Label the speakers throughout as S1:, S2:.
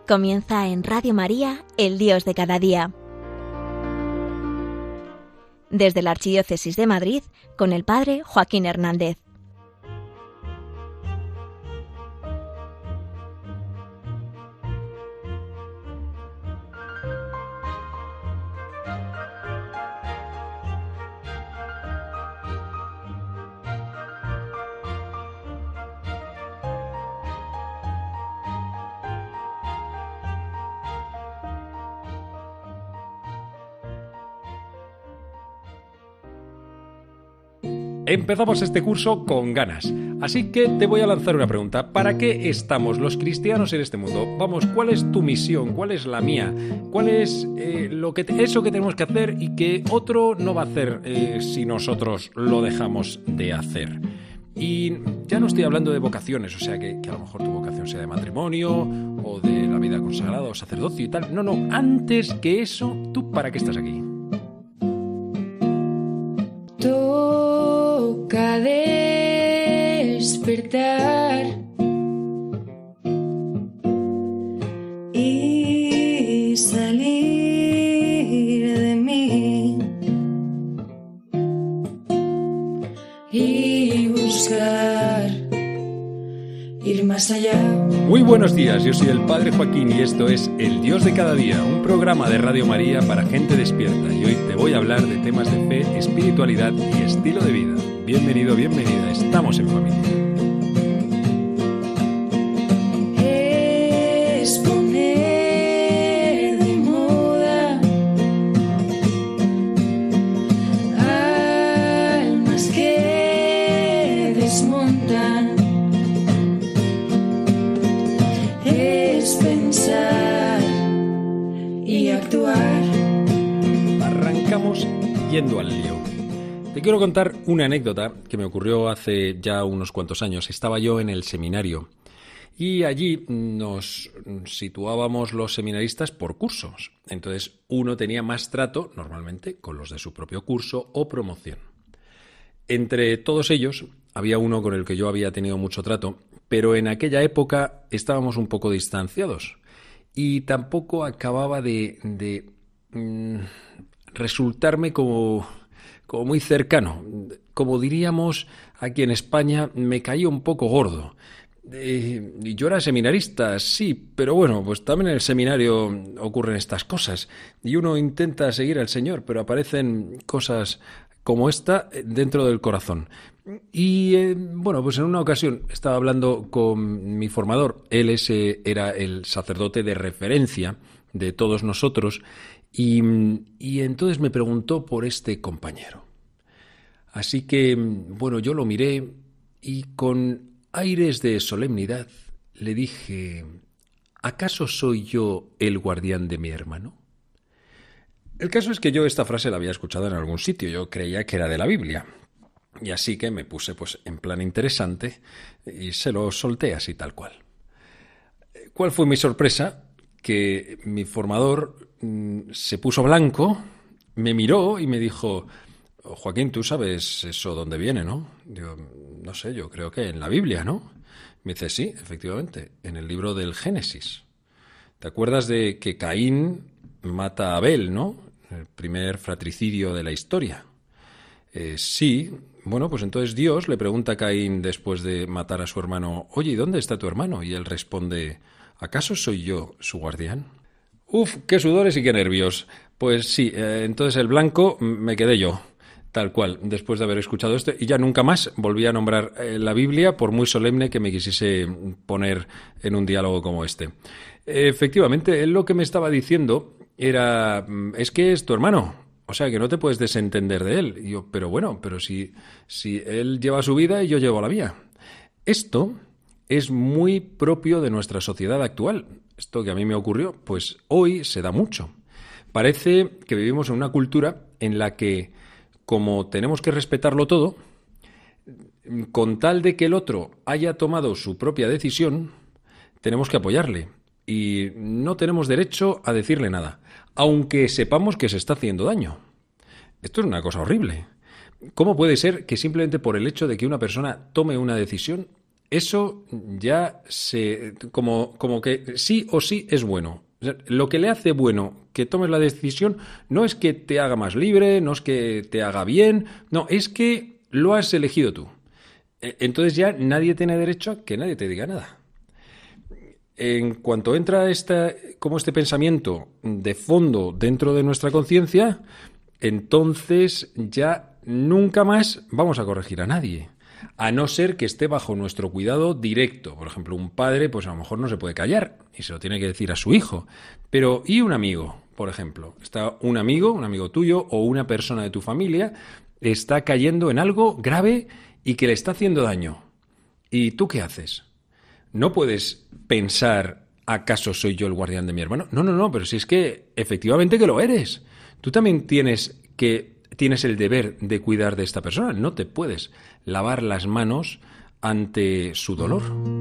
S1: Comienza en Radio María, el Dios de cada día. Desde la Archidiócesis de Madrid, con el Padre Joaquín Hernández.
S2: Empezamos este curso con ganas, así que te voy a lanzar una pregunta. ¿Para qué estamos los cristianos en este mundo? Vamos, ¿cuál es tu misión? ¿Cuál es la mía? ¿Cuál es eso que tenemos que hacer y que otro no va a hacer si nosotros lo dejamos de hacer? Y ya no estoy hablando de vocaciones, o sea, que a lo mejor tu vocación sea de matrimonio o de la vida consagrada o sacerdocio y tal. No, antes que eso, ¿tú para qué estás aquí?
S3: Toca despertar y salir de mí y buscar ir más allá.
S2: Muy buenos días, yo soy el Padre Joaquín y esto es El Dios de cada día, un programa de Radio María para gente despierta, y hoy te voy a hablar de temas de fe, espiritualidad y estilo de vida. Bienvenido, bienvenida, estamos en familia.
S3: Es poner de moda almas que desmontan. Es pensar y actuar.
S2: Arrancamos yendo al lío. Te quiero contar una anécdota que me ocurrió hace ya unos cuantos años. Estaba yo en el seminario y allí nos situábamos los seminaristas por cursos. Entonces uno tenía más trato, normalmente, con los de su propio curso o promoción. Entre todos ellos había uno con el que yo había tenido mucho trato, pero en aquella época estábamos un poco distanciados y tampoco acababa de resultarme como muy cercano. Como diríamos aquí en España, me caía un poco gordo. Y yo era seminarista, sí, pero bueno, pues también en el seminario ocurren estas cosas. Y uno intenta seguir al Señor, pero aparecen cosas como esta dentro del corazón. Y bueno, pues en una ocasión estaba hablando con mi formador. Él era el sacerdote de referencia de todos nosotros. Y entonces me preguntó por este compañero. Así que, bueno, yo lo miré y con aires de solemnidad le dije: ¿acaso soy yo el guardián de mi hermano? El caso es que yo esta frase la había escuchado en algún sitio, yo creía que era de la Biblia. Y así que me puse pues en plan interesante y se lo solté así tal cual. ¿Cuál fue mi sorpresa? Que mi formador se puso blanco, me miró y me dijo: Joaquín, tú sabes eso dónde viene, ¿no? Digo, no sé, yo creo que en la Biblia, ¿no? Me dice: sí, efectivamente, en el libro del Génesis. ¿Te acuerdas de que Caín mata a Abel, ¿no? El primer fratricidio de la historia. Sí, bueno, pues entonces Dios le pregunta a Caín después de matar a su hermano: oye, ¿y dónde está tu hermano? Y él responde: ¿acaso soy yo su guardián? Uf, qué sudores y qué nervios. Pues sí, entonces el blanco me quedé yo, tal cual, después de haber escuchado esto, y ya nunca más volví a nombrar la Biblia, por muy solemne que me quisiese poner en un diálogo como este. Efectivamente, él lo que me estaba diciendo era: es que es tu hermano, o sea que no te puedes desentender de él. Y yo: pero bueno, pero si él lleva su vida y yo llevo la mía. Esto es muy propio de nuestra sociedad actual. Esto que a mí me ocurrió, pues hoy se da mucho. Parece que vivimos en una cultura en la que, como tenemos que respetarlo todo, con tal de que el otro haya tomado su propia decisión, tenemos que apoyarle y no tenemos derecho a decirle nada, aunque sepamos que se está haciendo daño. Esto es una cosa horrible. ¿Cómo puede ser que simplemente por el hecho de que una persona tome una decisión eso ya como que sí o sí es bueno. O sea, lo que le hace bueno que tomes la decisión no es que te haga más libre, no es que te haga bien, no, es que lo has elegido tú. Entonces ya nadie tiene derecho a que nadie te diga nada. En cuanto entra este pensamiento de fondo dentro de nuestra conciencia, entonces ya nunca más vamos a corregir a nadie. A no ser que esté bajo nuestro cuidado directo. Por ejemplo, un padre, pues a lo mejor no se puede callar y se lo tiene que decir a su hijo. Pero, ¿y un amigo, por ejemplo? Está un amigo tuyo o una persona de tu familia está cayendo en algo grave y que le está haciendo daño. ¿Y tú qué haces? No puedes pensar, ¿acaso soy yo el guardián de mi hermano? No, pero si es que efectivamente que lo eres. Tú también tienes el deber de cuidar de esta persona. No te puedes lavar las manos ante su dolor.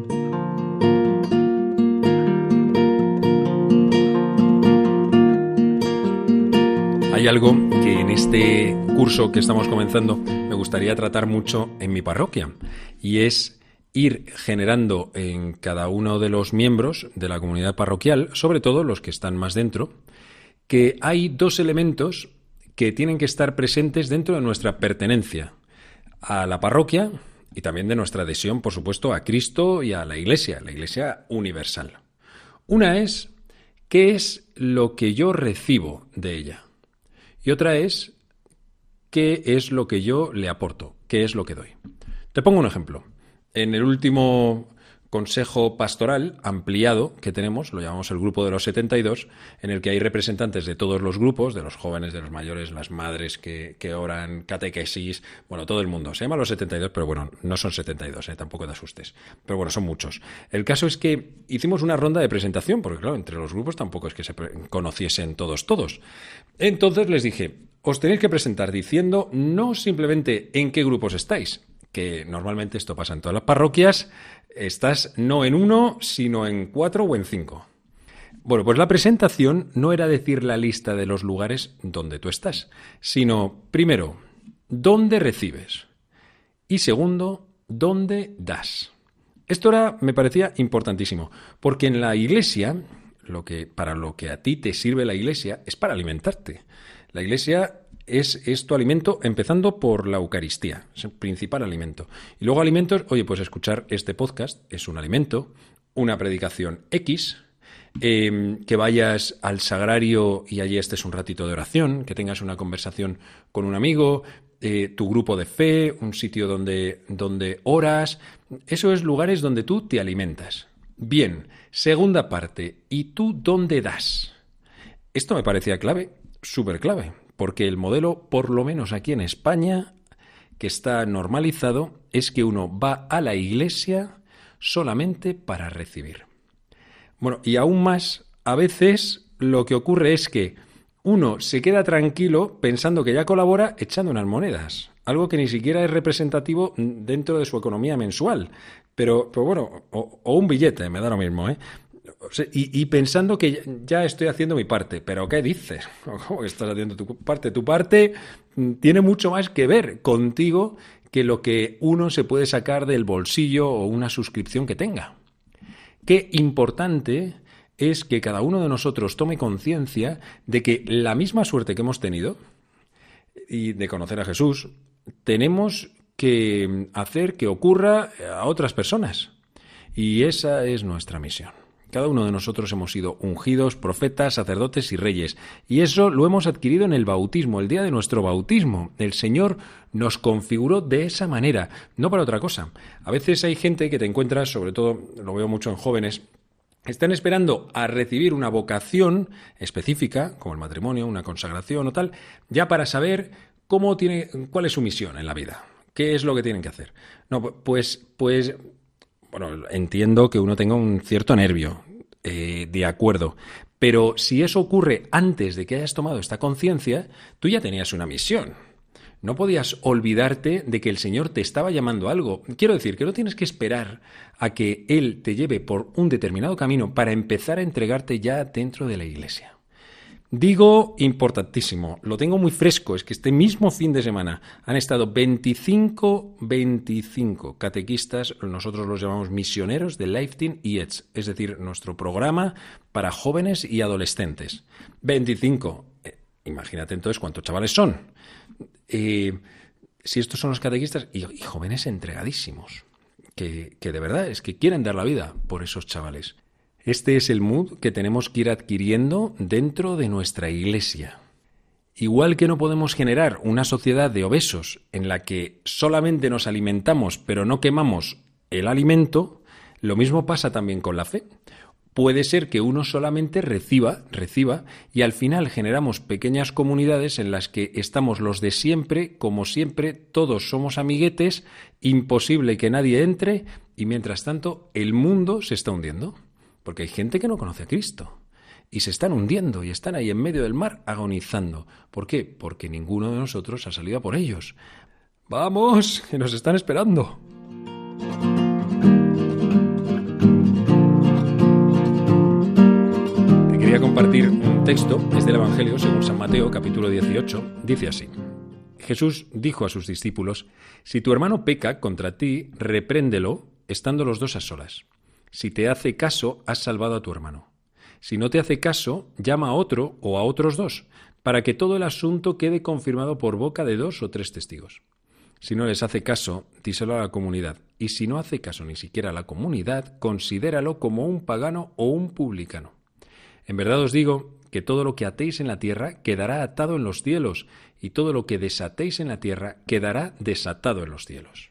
S2: Hay algo que en este curso que estamos comenzando me gustaría tratar mucho en mi parroquia, y es ir generando en cada uno de los miembros de la comunidad parroquial, sobre todo los que están más dentro, que hay dos elementos que tienen que estar presentes dentro de nuestra pertenencia a la parroquia y también de nuestra adhesión, por supuesto, a Cristo y a la Iglesia universal. Una es, ¿qué es lo que yo recibo de ella? Y otra es, ¿qué es lo que yo le aporto? ¿Qué es lo que doy? Te pongo un ejemplo. En el último consejo pastoral ampliado que tenemos, lo llamamos el grupo de los 72, en el que hay representantes de todos los grupos, de los jóvenes, de los mayores, las madres que oran, catequesis, bueno, todo el mundo. Se llama los 72, pero bueno, no son 72, tampoco te asustes. Pero bueno, son muchos. El caso es que hicimos una ronda de presentación, porque claro, entre los grupos tampoco es que se conociesen todos. Entonces les dije, os tenéis que presentar diciendo no simplemente en qué grupos estáis, que normalmente esto pasa en todas las parroquias, estás no en 1, sino en 4 o en 5. Bueno, pues la presentación no era decir la lista de los lugares donde tú estás, sino, primero, dónde recibes y segundo, dónde das. Esto me parecía importantísimo, porque en la Iglesia, para lo que a ti te sirve la Iglesia es para alimentarte. La Iglesia es tu alimento, empezando por la Eucaristía, es el principal alimento. Y luego alimentos, pues escuchar este podcast es un alimento, una predicación X, que vayas al sagrario y allí estés un ratito de oración, que tengas una conversación con un amigo, tu grupo de fe, un sitio donde oras. Eso es lugares donde tú te alimentas. Bien, segunda parte, ¿y tú dónde das? Esto me parecía clave, súper clave. Porque el modelo, por lo menos aquí en España, que está normalizado, es que uno va a la Iglesia solamente para recibir. Bueno, y aún más, a veces lo que ocurre es que uno se queda tranquilo pensando que ya colabora echando unas monedas, algo que ni siquiera es representativo dentro de su economía mensual. Pero bueno, o un billete, me da lo mismo, Y pensando que ya estoy haciendo mi parte. ¿Pero qué dices? ¿Cómo que estás haciendo tu parte? Tu parte tiene mucho más que ver contigo que lo que uno se puede sacar del bolsillo o una suscripción que tenga. Qué importante es que cada uno de nosotros tome conciencia de que la misma suerte que hemos tenido y de conocer a Jesús, tenemos que hacer que ocurra a otras personas. Y esa es nuestra misión. Cada uno de nosotros hemos sido ungidos, profetas, sacerdotes y reyes. Y eso lo hemos adquirido en el bautismo, el día de nuestro bautismo. El Señor nos configuró de esa manera, no para otra cosa. A veces hay gente que te encuentras, sobre todo lo veo mucho en jóvenes, están esperando a recibir una vocación específica, como el matrimonio, una consagración o tal, ya para saber cuál es su misión en la vida, qué es lo que tienen que hacer. No, pues bueno, entiendo que uno tenga un cierto nervio, de acuerdo, pero si eso ocurre antes de que hayas tomado esta conciencia, tú ya tenías una misión. No podías olvidarte de que el Señor te estaba llamando a algo. Quiero decir que no tienes que esperar a que Él te lleve por un determinado camino para empezar a entregarte ya dentro de la Iglesia. Digo importantísimo, lo tengo muy fresco, es que este mismo fin de semana han estado 25 catequistas, nosotros los llamamos misioneros de Life Team IETS, es decir, nuestro programa para jóvenes y adolescentes. 25, imagínate entonces cuántos chavales son. Si estos son los catequistas y jóvenes entregadísimos, que de verdad es que quieren dar la vida por esos chavales. Este es el mood que tenemos que ir adquiriendo dentro de nuestra iglesia. Igual que no podemos generar una sociedad de obesos en la que solamente nos alimentamos pero no quemamos el alimento, lo mismo pasa también con la fe. Puede ser que uno solamente reciba y al final generamos pequeñas comunidades en las que estamos los de siempre, como siempre, todos somos amiguetes, imposible que nadie entre y mientras tanto el mundo se está hundiendo. Porque hay gente que no conoce a Cristo y se están hundiendo y están ahí en medio del mar agonizando. ¿Por qué? Porque ninguno de nosotros ha salido a por ellos. ¡Vamos! ¡Que nos están esperando! Te quería compartir un texto, es del Evangelio según San Mateo, capítulo 18. Dice así: Jesús dijo a sus discípulos: si tu hermano peca contra ti, repréndelo, estando los dos a solas. Si te hace caso, has salvado a tu hermano. Si no te hace caso, llama a otro o a otros dos, para que todo el asunto quede confirmado por boca de 2 o 3 testigos. Si no les hace caso, díselo a la comunidad. Y si no hace caso ni siquiera a la comunidad, considéralo como un pagano o un publicano. En verdad os digo que todo lo que atéis en la tierra quedará atado en los cielos, y todo lo que desatéis en la tierra quedará desatado en los cielos.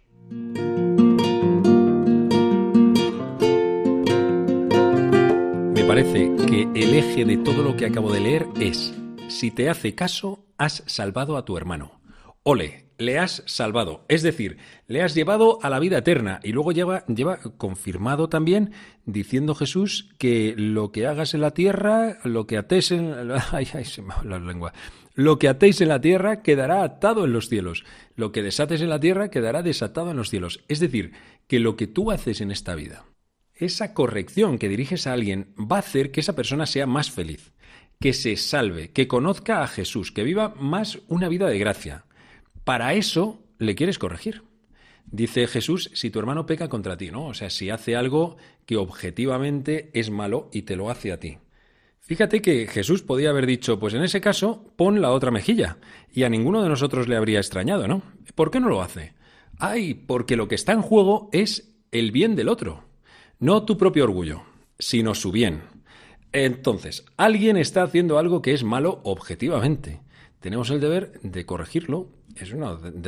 S2: Me parece que el eje de todo lo que acabo de leer es: si te hace caso, has salvado a tu hermano. Ole, le has salvado, es decir, le has llevado a la vida eterna. Y luego lleva confirmado también, diciendo Jesús, que lo que hagas en la tierra, lo que atéis en... Ay, se me va la lengua. Lo que atéis en la tierra quedará atado en los cielos. Lo que desates en la tierra quedará desatado en los cielos. Es decir, que lo que tú haces en esta vida, esa corrección que diriges a alguien, va a hacer que esa persona sea más feliz, que se salve, que conozca a Jesús, que viva más una vida de gracia. Para eso le quieres corregir. Dice Jesús, si tu hermano peca contra ti, ¿no? O sea, si hace algo que objetivamente es malo y te lo hace a ti. Fíjate que Jesús podía haber dicho, pues en ese caso, pon la otra mejilla. Y a ninguno de nosotros le habría extrañado, ¿no? ¿Por qué no lo hace? ¡Ay! Porque lo que está en juego es el bien del otro. No tu propio orgullo, sino su bien. Entonces, alguien está haciendo algo que es malo objetivamente. Tenemos el deber de corregirlo. Es una de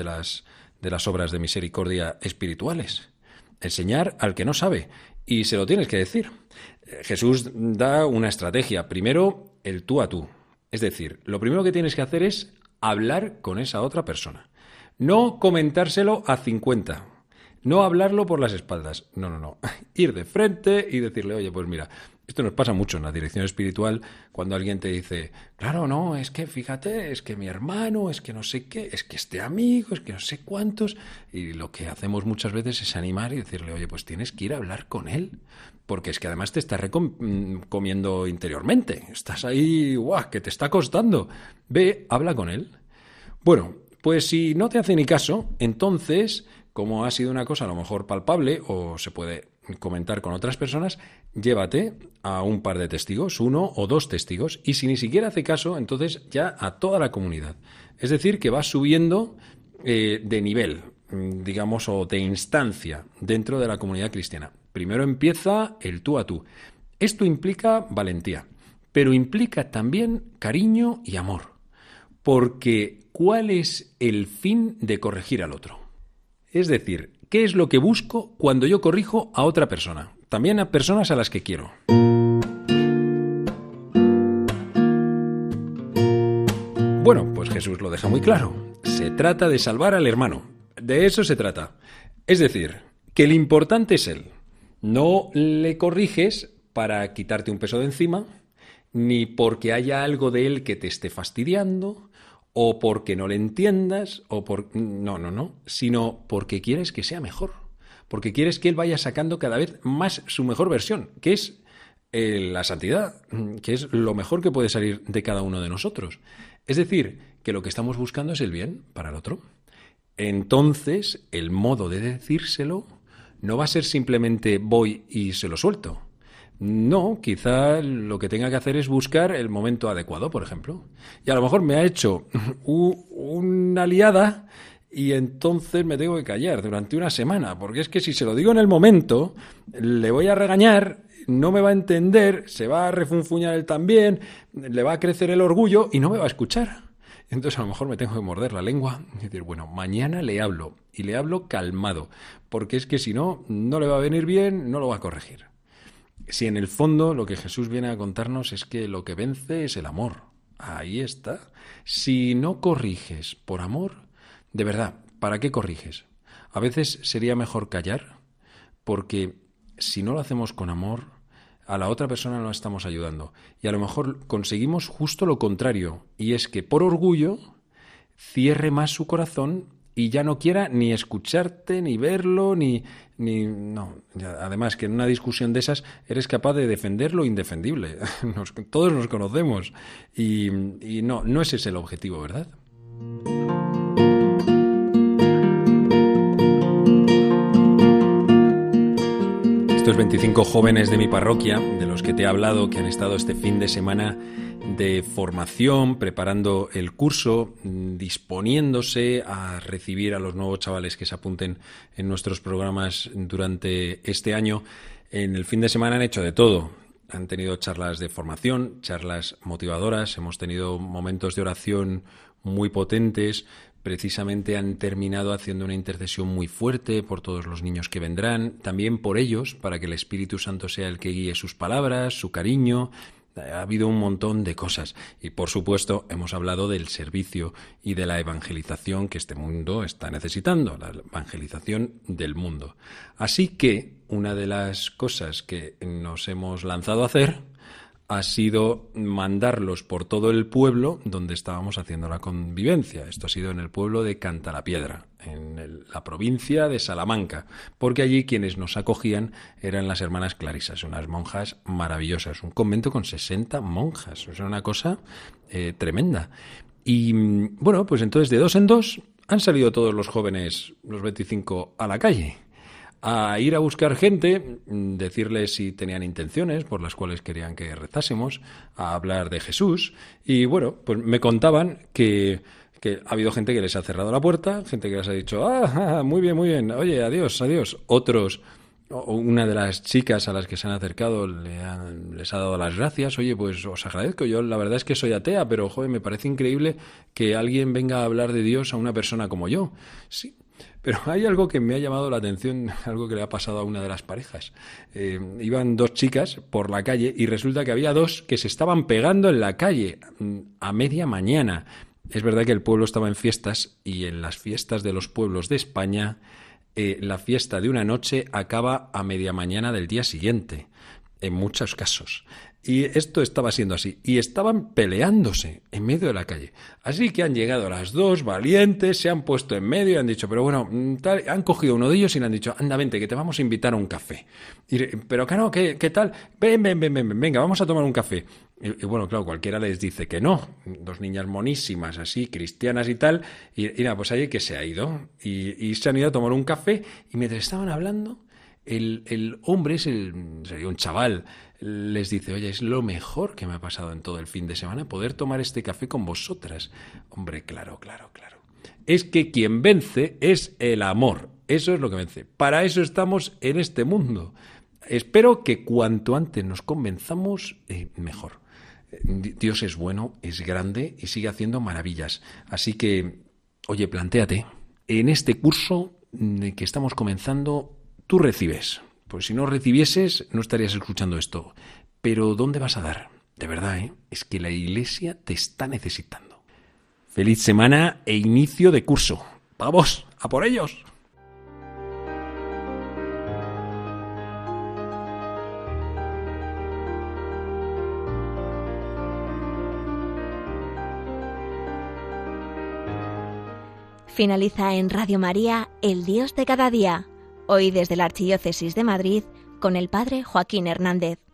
S2: las obras de misericordia espirituales. Enseñar al que no sabe. Y se lo tienes que decir. Jesús da una estrategia. Primero, el tú a tú. Es decir, lo primero que tienes que hacer es hablar con esa otra persona. No comentárselo a 50. No hablarlo por las espaldas, no. Ir de frente y decirle, oye, pues mira, esto nos pasa mucho en la dirección espiritual cuando alguien te dice, claro, no, es que fíjate, es que mi hermano, es que no sé qué, es que este amigo, es que no sé cuántos. Y lo que hacemos muchas veces es animar y decirle, oye, pues tienes que ir a hablar con él, porque es que además te estás comiendo interiormente. Estás ahí, ¡guau!, que te está costando. Ve, habla con él. Bueno, pues si no te hace ni caso, entonces, como ha sido una cosa a lo mejor palpable o se puede comentar con otras personas, llévate a un par de testigos, 1 o 2 testigos, y si ni siquiera hace caso, entonces ya a toda la comunidad. Es decir, que vas subiendo de nivel, digamos, o de instancia dentro de la comunidad cristiana. Primero empieza el tú a tú. Esto implica valentía, pero implica también cariño y amor. Porque, ¿cuál es el fin de corregir al otro? Es decir, ¿qué es lo que busco cuando yo corrijo a otra persona? También a personas a las que quiero. Bueno, pues Jesús lo deja muy claro. Se trata de salvar al hermano. De eso se trata. Es decir, que el importante es él. No le corriges para quitarte un peso de encima, ni porque haya algo de él que te esté fastidiando, o porque no le entiendas, o por... No, sino porque quieres que sea mejor, porque quieres que él vaya sacando cada vez más su mejor versión, que es la santidad, que es lo mejor que puede salir de cada uno de nosotros. Es decir, que lo que estamos buscando es el bien para el otro. Entonces, el modo de decírselo no va a ser simplemente voy y se lo suelto. No, quizá lo que tenga que hacer es buscar el momento adecuado, por ejemplo. Y a lo mejor me ha hecho una liada y entonces me tengo que callar durante una semana, porque es que si se lo digo en el momento, le voy a regañar, no me va a entender, se va a refunfuñar él también, le va a crecer el orgullo y no me va a escuchar. Entonces a lo mejor me tengo que morder la lengua y decir, bueno, mañana le hablo, y le hablo calmado, porque es que si no, no le va a venir bien, no lo va a corregir. Si en el fondo lo que Jesús viene a contarnos es que lo que vence es el amor. Ahí está. Si no corriges por amor, de verdad, ¿para qué corriges? A veces sería mejor callar, porque si no lo hacemos con amor, a la otra persona no la estamos ayudando. Y a lo mejor conseguimos justo lo contrario, y es que por orgullo cierre más su corazón y ya no quiera ni escucharte, ni verlo, no. Además, que en una discusión de esas eres capaz de defender lo indefendible. Todos nos conocemos. Y no ese es el objetivo, ¿verdad? Estos 25 jóvenes de mi parroquia, de los que te he hablado, que han estado este fin de semana de formación, preparando el curso, disponiéndose a recibir a los nuevos chavales que se apunten en nuestros programas durante este año. En el fin de semana han hecho de todo. Han tenido charlas de formación, charlas motivadoras, hemos tenido momentos de oración muy potentes. Precisamente han terminado haciendo una intercesión muy fuerte por todos los niños que vendrán, también por ellos, para que el Espíritu Santo sea el que guíe sus palabras, su cariño. Ha habido un montón de cosas y, por supuesto, hemos hablado del servicio y de la evangelización que este mundo está necesitando, la evangelización del mundo. Así que una de las cosas que nos hemos lanzado a hacer ha sido mandarlos por todo el pueblo donde estábamos haciendo la convivencia. Esto ha sido en el pueblo de Cantalapiedra, en la provincia de Salamanca, porque allí quienes nos acogían eran las hermanas Clarisas, unas monjas maravillosas, un convento con 60 monjas, es una cosa tremenda. Y bueno, pues entonces de 2 en 2 han salido todos los jóvenes, los 25, a la calle, a ir a buscar gente, decirles si tenían intenciones por las cuales querían que rezásemos, a hablar de Jesús. Y bueno, pues me contaban que ha habido gente que les ha cerrado la puerta, gente que les ha dicho, muy bien, oye, adiós. Otros, una de las chicas a las que se han acercado les ha dado las gracias. Oye, pues os agradezco, yo la verdad es que soy atea, pero joder, me parece increíble que alguien venga a hablar de Dios a una persona como yo. Sí. Pero hay algo que me ha llamado la atención, algo que le ha pasado a una de las parejas. Iban 2 chicas por la calle y resulta que había 2 que se estaban pegando en la calle a media mañana. Es verdad que el pueblo estaba en fiestas y en las fiestas de los pueblos de España, la fiesta de una noche acaba a media mañana del día siguiente, en muchos casos. Y esto estaba siendo así. Y estaban peleándose en medio de la calle. Así que han llegado las 2 valientes, se han puesto en medio y han dicho, pero bueno, han cogido uno de ellos y le han dicho, anda, vente, que te vamos a invitar a un café. Pero claro, ¿qué tal? Ven, venga, vamos a tomar un café. Y bueno, claro, cualquiera les dice que no. 2 niñas monísimas, así, cristianas y tal. Y nada, pues ahí que se ha ido. Y se han ido a tomar un café. Y mientras estaban hablando, el hombre, sería un chaval, les dice, oye, es lo mejor que me ha pasado en todo el fin de semana poder tomar este café con vosotras. Hombre, claro. Es que quien vence es el amor. Eso es lo que vence. Para eso estamos en este mundo. Espero que cuanto antes nos convenzamos, mejor. Dios es bueno, es grande y sigue haciendo maravillas. Así que, oye, plantéate, en este curso que estamos comenzando, tú recibes. Pues si no recibieses, no estarías escuchando esto. Pero ¿dónde vas a dar? De verdad, es que la Iglesia te está necesitando. Feliz semana e inicio de curso. ¡Vamos, a por ellos!
S1: Finaliza en Radio María, El Dios de cada día. Hoy desde la Archidiócesis de Madrid, con el Padre Joaquín Hernández.